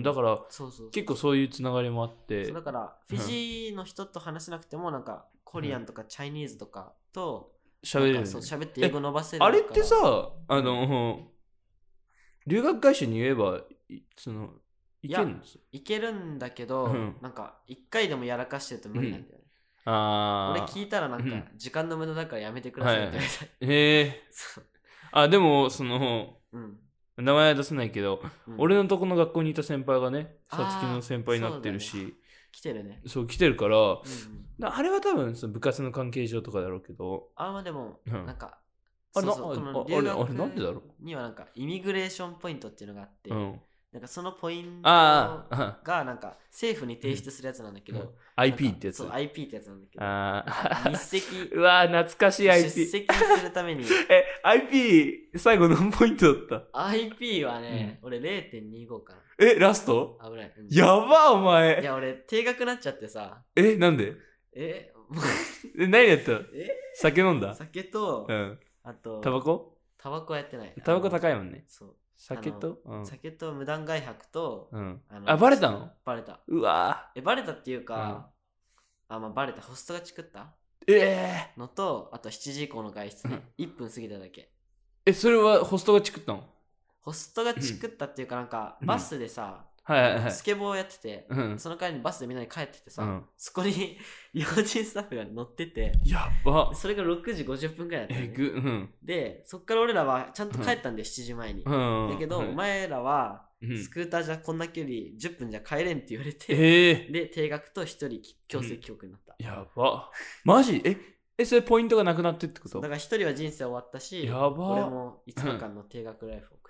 だから、そうそうそう結構そういうつながりもあって。 そうだから、フィジーの人と話せなくても、なんか、コリアンとかチャイニーズとかと、 喋れる、ね。 そう、喋って英語伸ばせる。 あれってさ、あの、留学会社に言えば、その、いけるんですよ。 いけるんだけど、うん、なんか、一回でもやらかしてると無理なんだよね。うんあ俺聞いたらなんか、うん、時間の無駄だからやめてくださいって言われた。 はい、へえ。あ、でも、その、うん、名前は出せないけど、うん、俺のとこの学校にいた先輩がね、さつきの先輩になってるし、ね、 来てるね。 そう、来てるから、うんうん、あれは多分その部活の関係上とかだろうけど。 あ、まあでも、うん、なんか、 あれ、そうそうあれ、あれなんでだろうにはなんか、イミグレーションポイントっていうのがあって、うんなんかそのポイントがなんか政府に提出するやつなんだけど、うん、 アイピー ってやつ。 そう、アイピー ってやつなんだけど。 あ日籍。 うわ懐かしい アイピー。 出席するために。 え、アイピー 最後何ポイントだったアイピー はね、うん、俺 れいてんにご かな。 え、ラスト危ない。うん、 やばお前。 いや、俺定額なっちゃってさ。 え、なんでえ、 え何やったえ酒飲んだ酒と、うん、あと、 タバコタバコやってない。 タバコ高いもんね。 そう。 酒と、 うん、酒と無断外泊と、 うん、あ, あバレたのバレた。 うわえバレたっていうか、うん、あまあバレたホストがチクったええー、のとあとしちじ以降の外出ねいっぷん過ぎただけ。 えそれはホストがチクったの？ ホストがチクったっていうかなんか、うん、バスでさ、 はいはいはい、 スケボーやってて、うん、その帰りにバスでみんなに帰っててさ、うん、そこに日本人スタッフが乗っててやばそれがろくじごじゅっぷんくらいだった、ね、 えぐ、うん、 でそっから俺らはちゃんと帰ったんで、うん、しちじまえに、うん、だけど、うん、お前らはスクーターじゃこんな距離じゅっぷんじゃ帰れんって言われて、 えー、 で定額とひとり強制帰国になった、 うん、やばマジええそれポイントがなくなってってこと？ だからひとりは人生終わったしやば俺もいつかかんの定額ライフを送ってた、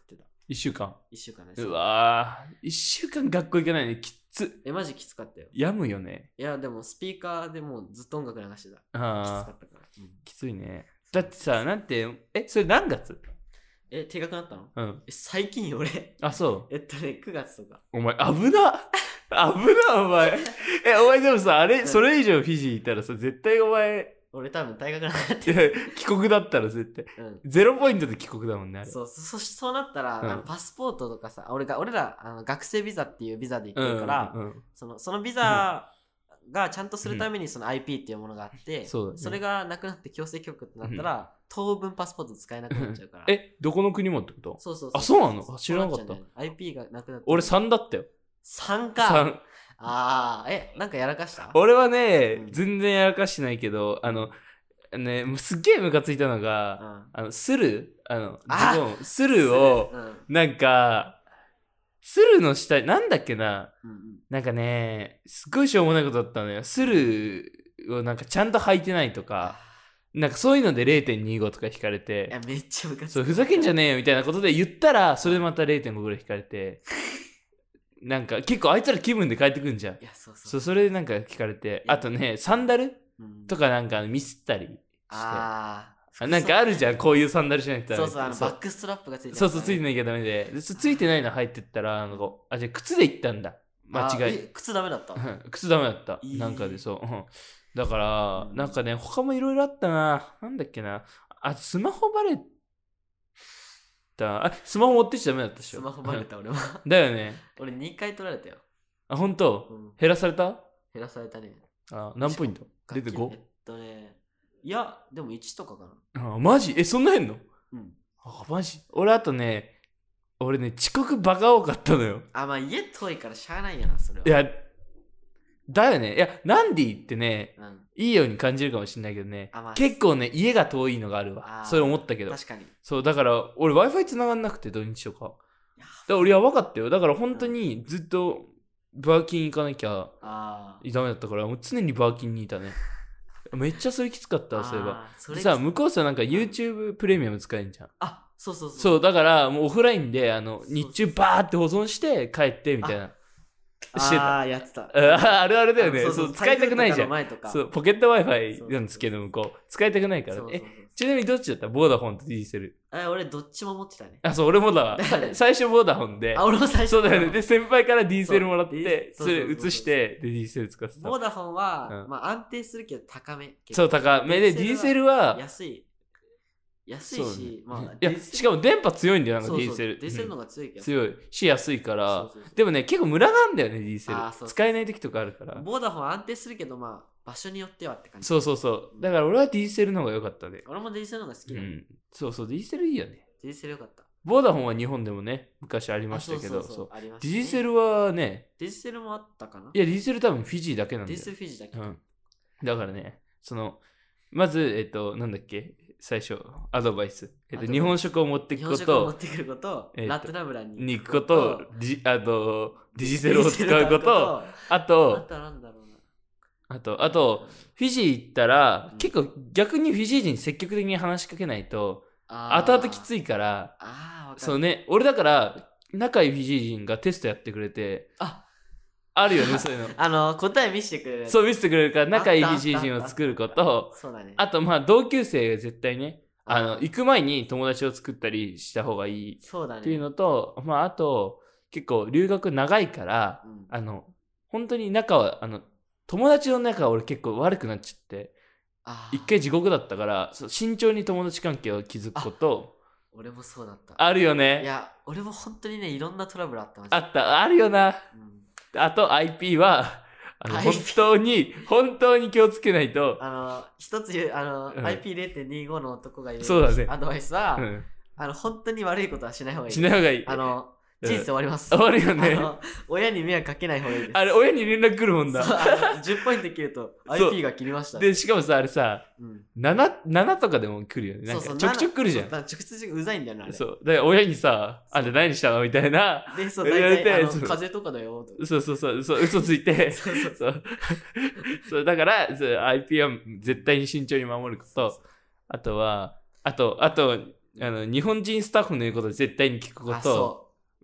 いっしゅうかん。 いっしゅうかんです。 うわー、いっしゅうかん学校行かないのきつ。 え、マジきつかったよ。 やむよね。 いや、でもスピーカーでもうずっと音楽流してた。 あきつかったから。 うん、きついね。だってさ、なんて、え、それ何月？ え、定額なったの？ うん。 え、最近俺。 あ、そう。 えっとね、くがつとか。 お前、危な危な、お前。え、お前でもさ、あれ、それ以上フィジーいたらさ、絶対お前、 俺多分大学なかった。 帰国だったら絶対、うん、ゼロポイントで帰国だもんね。 そうそそそうなったら、うん、パスポートとかさ、俺が俺らあの学生ビザっていうビザで行ってるから、うんうんうん、そのそのビザがちゃんとするためにその アイピー っていうものがあって、うん そ, ね、それがなくなって強制帰国ってなったら、うん、当分パスポート使えなくなっちゃうから。 え、どこの国もってこと？ そうそうそう。 あ、そうなの？知らなかった。 アイピー がなくなって。 俺さんだったよ。 さんか。さん。ああ、え、なんかやらかした？ 俺はね、うん、全然やらかしてないけど、あの。ね、すっげえムカついたのが、うん、あのスルあのズボンスルを、うん、なんかスルの下なんだっけな、うんうん、なんかねすっごいしょうもないことだったのよ。スルをなんかちゃんと履いてないとか、なんかそういうので れいてんにじゅうご とか引かれて、 いやめっちゃムカついた。 そうふざけんじゃねえよみたいなことで言ったら、それでまた れいてんご ぐらい引かれてなんか結構あいつら気分で帰ってくんじゃん。いやそうそうそう、それでなんか聞かれて、あとねサンダルとかなんかミスったりして、ああなんかあるじゃん、こういうサンダルしないと。 そうそう、あのバックストラップがついてる、ね、 そうそう、ついてないけどダメで、でついてないの入ってったら、なんかあじゃあ靴で行ったんだ、間違い。 靴ダメだった靴ダメだった、なんかで、そうだから、うん、なんかね他もいろいろあったな。なんだっけなあ、スマホバレた。あ、スマホ持ってきちゃダメだったでしょ。 スマホバレた俺はだよね。 俺にかい取られたよ。 あ、本当、うん、減らされた？ 減らされたね。 あ、何ポイント出て ご？ えっとね、いや、でもいちとかかな。あ、マジ？え、そんな変の？うん。あ、マジ？俺あとね、俺ね、遅刻バカ多かったのよ。 あ、まあ家遠いからしゃあないやな、それは。 いや、だよね。いや、ナンディってね、うん、いいように感じるかもしれないけどね、まあ、結構ね、家が遠いのがあるわ。それ思ったけど。 確かに。そう、 だから、俺 Wi-Fi 繋がんなくて、土日とか。だから俺やばかったよ。だから本当にずっとバーキン行かなきゃダメだったから、もう常にバーキンにいたね。めっちゃそれきつかった、そういえば。でさ、向こうさ、なんか YouTube プレミアム使えんじゃん。 あ、そうそうそう。 そう、だからもうオフラインで、あの、日中バーって保存して帰ってみたいな。してた。 あー、やってた。 あるあるだよね。そうそう、使いたくないじゃん。そう、ポケット Wi-Fi なんですけど、向こう。使いたくないからね。え、ちなみにどっちだった？ボーダフォンと ディーセル。 え、俺どっちも持ってたね。 あ、そう、俺もだわ。最初ボーダフォンで。 あ、俺も最初。 そうだよね。で、先輩から ディーセルもらって、それ移して、で、ディーセル使ってた。 ボーダフォンは、まあ安定するけど高め。 そう、高めで、ディーセルは、 安い。安いし、まあ、 いや、しかも電波強いんだよ、なんかディーセル。 ディーセルの方が強いけど。 強いし、安いから。でもね、結構ムラがあるんだよね、ディーセル。使えない時とかあるから。 ボーダフォン安定するけど、まあ、場所によってはって感じ。 そうそうそう。だから俺はディーセルの方が良かったね。 俺もディーセルの方が好きだ。うん。 そうそう、ディーセルいいよね。 ディーセル良かった。 ボーダフォンは日本でもね、昔ありましたけど、そう。ディーセルはね、 ディーセルもあったかな？ いや、ディーセル多分フィジーだけなんだよ。 ディーセルフィジーだけ。 うん。だからね、その、まず、えっと、なんだっけ、最初、アドバイス。えっと、日本食を持っていくこと、日本食を持ってくること、えっと、ラットナブラに行くこと、ジあと、ディジセルを使うこと、あと、 あとなんだろうな。 あと、あと、フィジー行ったら、うん、結構逆にフィジー人に積極的に話しかけないと、後々きついから、あー、そうね、俺だから、仲いいフィジー人がテストやってくれて、ああるよね、そういうの。 あの、答え見せてくれる。 そう、見せてくれるから、仲いいフィジー人を作ること、そうだね。あと、まあ、同級生が絶対ね、あの、行く前に友達を作ったりした方がいいっていうのと、ね、まあ、あと、結構留学長いから、うん、あの、本当に仲は、あの、友達の仲は俺結構悪くなっちゃって、一回地獄だったから、そう慎重に友達関係を築くこと、 俺もそうだった。 あるよね。 いや、俺も本当にね、いろんなトラブルあった。 あった、あるよな。うんあと アイピー はあの本当に本当に気をつけないとあの一つ言うあの、うん、アイピーゼロてんにじゅうご の男が言うそうだ、ね、 アドバイスは、うん、あの本当に悪いことはしない方がいいしない方がいいあの人生終わります、 うん、終わるよねあの親に迷惑かけない方がいいですあれ親に連絡来るもんだじゅっポイント切ると アイピー が切りましたでしかもさあれさ、うん、7, 7とかでも来るよねなんかちょくちょく来るじゃん直接うざいんだよなあれそうだから親にさあんた何したのみたいなでそう大体あの風邪とかだよとそうそうそうそう嘘ついてそうそうそうそうだからそう アイピー は絶対に慎重に守ることあとはあとあとあの日本人スタッフの言うこと絶対に聞くこと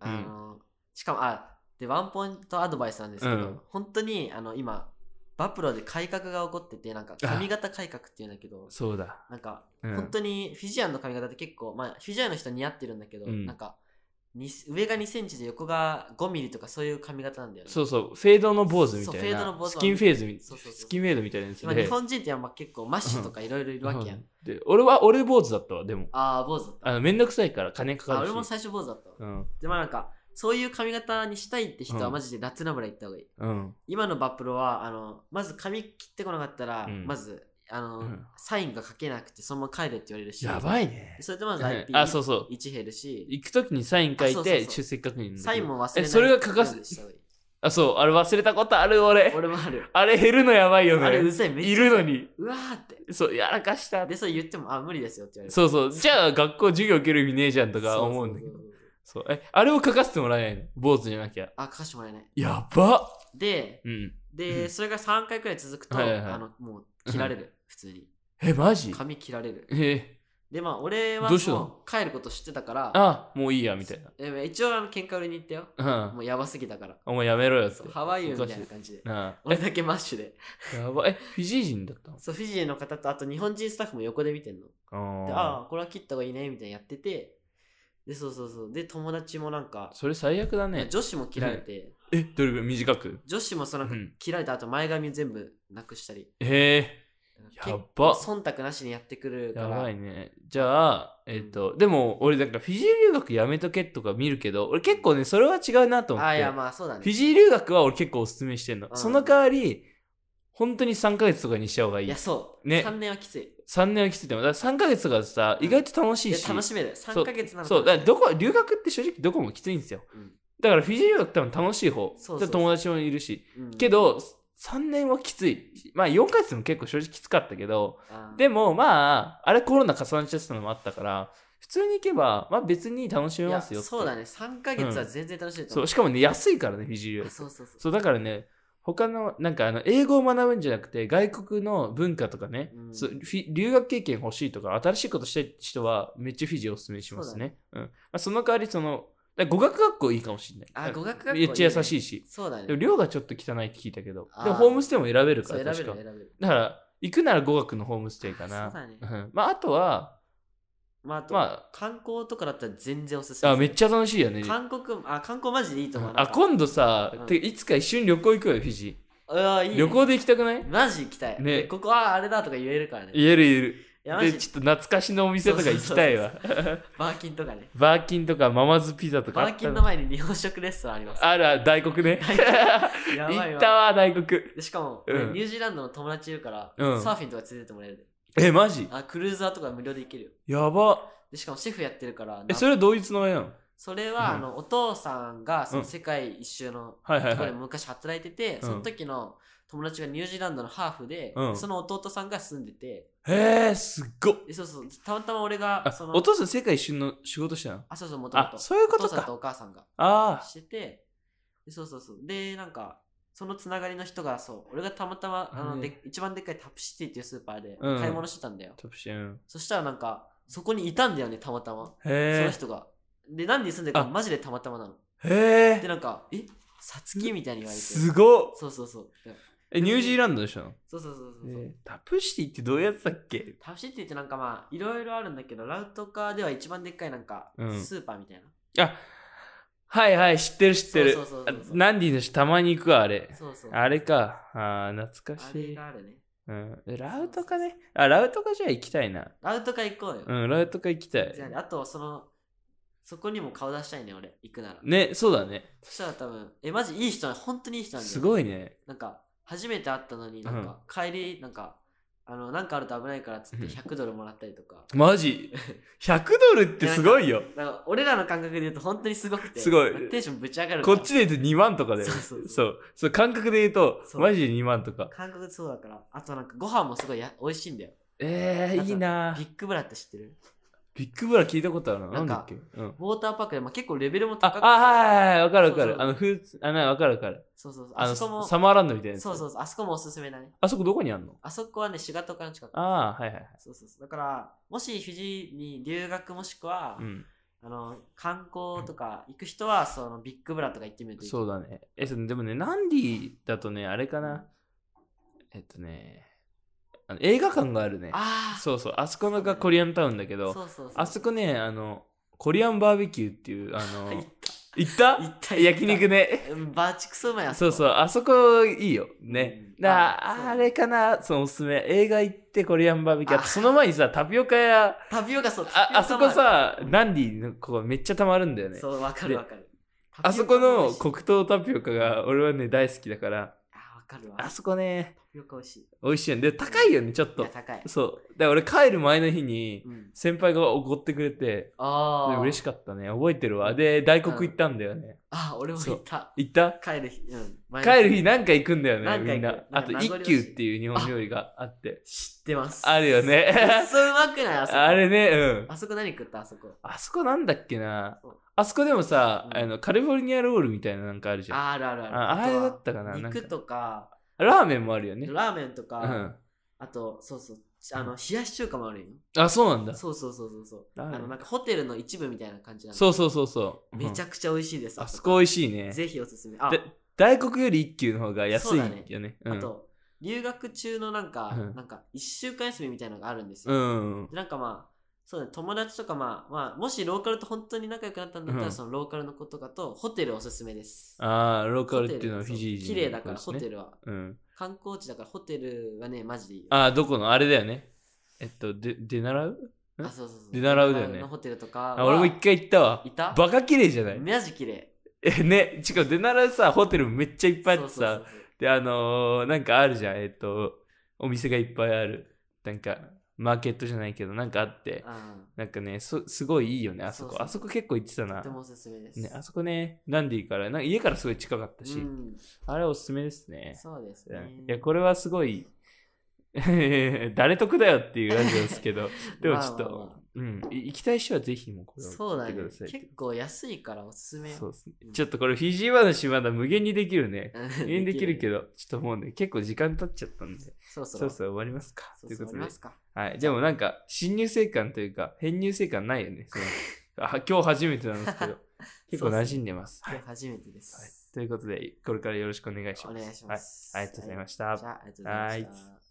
あの、うん、しかも、あ、で、ワンポイントアドバイスなんですけど、うん、本当に、あの、今、バプロで改革が起こってて、なんか髪型改革っていうんだけど、 そうだ。 なんか、うん、本当にフィジアンの髪型って結構、まあ、フィジアンの人似合ってるんだけど、うん、なんか、上がにセンチで横がごミリとかそういう髪型なんだよね。 そうそう、フェードの坊主みたいな。そう、フェードの坊主。スキンフェーズみたいな。スキンフェードみたいなやつで。 日本人ってやっぱ結構マッシュとかいろいろいるわけやん。うん、 で、俺は、俺坊主だったわ、でも。 ああ、坊主だった。 あの、めんどくさいから金かかるし。 あ、俺も最初坊主だったわ。 うん。 で、まあなんか、そういう髪型にしたいって人はマジでラツナブラ行った方がいい。うん。今のバプロは、あの、まず髪切ってこなかったら、うん、まず、あの、うん、サインが書けなくてそのまま帰れって言われるし。 やばいね。 それとまず アイピーあ、そうそう。 いち減るし。 行くときにサイン書いて出席確認。 サインも忘れない。 え、それが書かせ、あ、そう、あれ忘れたことある俺。 俺もある。 あれ減るのやばいよね。 あれうざい、めっちゃ。 いるのに。 うわーって。 そう、やらかした。 で、そう言っても、あ、無理ですよって言われる。 そうそう。じゃあ学校授業受ける意味ねえじゃんとか思うんだけど。そう。え、あれを書かせてもらえないの？坊主じゃなきゃ。 あ、書かせてもらえない。 やばっ。 で、うん、で、それがさんかいくらい続くと、はいはいはい、あの、もう切られる、普通に。 え、マジ？ 髪切られる。 えで、まあ、俺はもう帰ること知ってたから、 あ、もういいや、みたいな。 え一応、あの、喧嘩売りに行ったよ。うん。もうやばすぎたから。 お前やめろよって。 ハワイユみたいな感じで。俺だけマッシュで。 やば。え、フィジー人だったの？ そう、フィジーの方と、あと日本人スタッフも横で見てんの。あで、ああ、これは切った方がいいね、みたいなやってて、で、そうそうそう。で、友達もなんか、 それ最悪だね。 女子も切られて。 え、どれぐらい短く？ 女子もその、うん、切られた後前髪全部なくしたり。 へえ。やば。 忖度なしにやってくるから。 やばいね。じゃあ、えっ、ー、と、うん、でも俺なんかフィジー留学やめとけとか見るけど、俺結構ね、それは違うなと思って。 あ、いや、まあそうだね。 フィジー留学は俺結構おすすめしてんの。うん、その代わり、本当にさんかげつとかにした方がいい。 いや、そう。 ね。 さんねんはきつい。 さんねんはきついっても、だからさんかげつとかさ、意外と楽しいし。 いや、楽しめる。さんかげつなの。 そう、だからどこ、留学って正直どこもきついんですよ。うん、だからフィジー留学多分楽しい方。そうそうそう、友達もいるし。うん、けど、さんねんはきつい。まあよんかげつも結構正直きつかったけど、でもまあ、あれコロナ重ねちゃってたのもあったから、普通に行けば、まあ別に楽しめますよって。 そうだね。さんかげつは全然楽しいと思う。 うん、そう、しかもね、安いからね、フィジー留学。 そうそうそう。 そう、だからね、他の、なんかあの、英語を学ぶんじゃなくて、外国の文化とかね、うん、そう留学経験欲しいとか、新しいことしたい人は、めっちゃフィジーおすすめしますね。うねうん。まあ、その代わり、その、語学学校いいかもしれない。 あ、語学学校、ね、 めっちゃ優しいし。 そうだね。 でも寮がちょっと汚いって聞いたけど。でもホームステイも選べるから。 そう選べる選べる。 だから、行くなら語学のホームステイかな。 そうだね。 うん、まあ、あとは、 まあ、あと、まあ、観光とかだったら全然おすすめ。 あ、めっちゃ楽しいよね。 韓国、あ、観光マジでいいと思う。 あ、今度さ、うん、ていつか一緒に旅行行くよ、フィジー。ああ、いい、ね。旅行で行きたくない？ マジ行きたい。ね。ここはあれだとか言えるからね。 言える言える。で、ちょっと懐かしのお店とか行きたいわ。 バーキンとかね。 バーキンとかママズピザとかバーキンの前に日本食レストランあります。 あるある、大黒ね。やばいわ。行ったわ、大黒。 でしかも、うん、ニュージーランドの友達いるから、うん、サーフィンとか連れてってもらえる。 え、マジ？ あ、クルーザーとか無料で行けるよ。 やば。 でしかもシェフやってるから。 え、それどういうつながりなの？ それは、うん、あの、お父さんがその世界一周のところで昔働いてて、その時の友達がニュージーランドのハーフで、うん、その弟さんが住んでて。 へー、すっごっ。 そうそう、たまたま俺がそのお父さん世界一周の仕事してたの？ あ、そうそう、もともと。 そういうことか。 お父さんとお母さんがあしてて、でそうそうそう。で、なんか、そのつながりの人が、そう、俺がたまたま、あの、で一番でっかいタプシティっていうスーパーで買い物してたんだよ。 タプシティ、うん、 そしたらなんか、そこにいたんだよね、たまたま。 へー。 その人が。で、何に住んでるかマジでたまたまなの。 へー。 で、なんか、えさつきみたいに言われて。 すごっ。 そうそうそう。 え、ニュージーランドでしょ？ そうそうそうそう、えー。 タプシティってどういうやつだっけ？ タプシティってなんかまあ、いろいろあるんだけど、ラウトカーでは一番でっかいなんか、スーパーみたいな。 うん、あ、はいはい、知ってる知ってる。そうそうそうそう。ナンディの人たまに行くわ、あれ。 そうそう。 あれか。あー、懐かしい。 あれがあるね。 うん。ラウトカね。あ、ラウトカじゃあ行きたいな。 ラウトカ行こうよ。 うん、ラウトカ行きたい。 あと、その、そこにも顔出したいね、俺。行くなら。 ね、そうだね。 そしたら多分、え、マジいい人な、本当にいい人なんだよ。 すごいね。 なんか、初めて会ったのになんか、帰り、なんか、あの、なんかあると危ないからっつってひゃくドルもらったりとか。 マジ ?ひゃく ドルってすごいよ。 なんか俺らの感覚で言うと本当にすごくて。 すごい。 テンションぶち上がる。 こっちで言うとにまんとかだよ。 そうそうそう。 そう。そう、感覚で言うと、マジでにまんとか。 感覚そうだから。あとなんかご飯もすごいや美味しいんだよ。 えー、いいなビッグブラって知ってる？ ビッグブラ聞いたことあるな。なんだっけ、うん、 ウォーターパークで、まあ、結構レベルも高くて。 あ、あ、はいはいはい、わかるわかる。あの、フーツ、あ、な、わかるわかる。 そうそうそう。 あそこも。サマーランドみたいなやつ。 そうそうそう。あそこもおすすめだね。 あそこどこにあんの？ あそこはね、シガトカの近く。 ああ、はいはいはい。 そうそうそう。だから、もしフィジーに留学もしくは、うん、 あの観光とか行く人はそのビッグブラとか行ってみるといい。 そうだね。え、そのでもね、ナンディだとね、あれかな。えっとね、あの映画館があるね。 ああ。 そうそう。あそこのがコリアンタウンだけど、 そうそうそう、 あそこね、あの、コリアンバーベキューっていう、あの、 行った。 行った行った焼肉ね。 バーチクソうまいやつ。 そうそう、あそこいいよ。ね。 うん、 だああれかな、そのおすすめ。映画行ってコリアンバーベキュー。あとその前にさ、タピオカ屋。 タピオカそう。 あ、あそこさ、ナンディのここめっちゃたまるんだよね。 そう、わかるわかる。 あそこの黒糖タピオカが俺はね、大好きだから。 あ、わかるわ。 あそこね。 タピオカ美味しい。 美味しいよね。で、高いよね、ちょっと。いや、高い。 そう。で、俺帰る前の日に、先輩がおごってくれて、ああ。嬉しかったね。覚えてるわ。で、大黒行ったんだよね。 あ、俺も行った。 行った？ 帰る日。うん。 帰る日なんか行くんだよね、みんな。あと、一休っていう日本料理があって。 知ってます。 あるよね。 そううまくないあそこ。 あれね、うん。 あそこ何食ったあそこ。 あそこなんだっけな。あそこでもさ、あの、カリフォルニアロールみたいななんかあるじゃん。 あるあるある。 あれだったかな。 肉とか。 ラーメンもあるよね。 ラーメンとか。あと、そうそう。あの、冷やし中華もあるよ。 あ、そうなんだ。 そうそうそうそう。あの、なんかホテルの一部みたいな感じなんそうそうそうそう。 めちゃくちゃ美味しいです。 あそこ美味しいね。 ぜひおすすめ。 大黒より一級の方が安いよね。 あと、留学中のなんか、なんか一週間休みみたいなのがあるんですよ。なんかまあ、そうね、友達とかまあ、まあ、もしローカルと本当に仲良くなったんだったら、そのローカルの子とかとホテルおすすめです。 ああ、ローカルっていうのはフィジー人。 綺麗だから、ホテルは。観光地だからホテルはね、マジでいい。 ああ、どこのあれだよね。えっと、で、で習うあ、そうそうそう。 で習うだよね。 ホテルとか。 あ、俺も一回行ったわ。 いた？ バカ綺麗じゃない？ マジ綺麗。 え、ね、違う、で習うさ、ホテルめっちゃいっぱいあってさ、で、あのー、なんかあるじゃん、えっと、お店がいっぱいある。なんか、マーケットじゃないけど、なんかあって、なんかね、そすごいいいよね、あそこ。そうそうあそこ結構行ってたな。 とてもおすすめです。 ね、あそこね、ナンディから、なんか家からすごい近かったし、うん、あれおすすめですね。 そうですね。 いや、これはすごい、誰得だよっていうラジオですけど、でもちょっと、まあまあまあ、うん、行きたい人はぜひもこれを聞いてください。 そうだね。結構安いからおすすめ。 そうですね。うん、ちょっとこれフィジー話まだ無限にできるね。無限にできるけど、ちょっともうね、結構時間経っちゃったんで、そろそろ終わりますか。ということで。はい。でもなんか、新入生感というか、編入生感ないよね。そのあ今日初めてなんですけど、結構馴染んでます。 今日初めてです。 はい。ということで、これからよろしくお願いします。 お願いします。 はい。ありがとうございました。 じゃあ、ありがとうございました。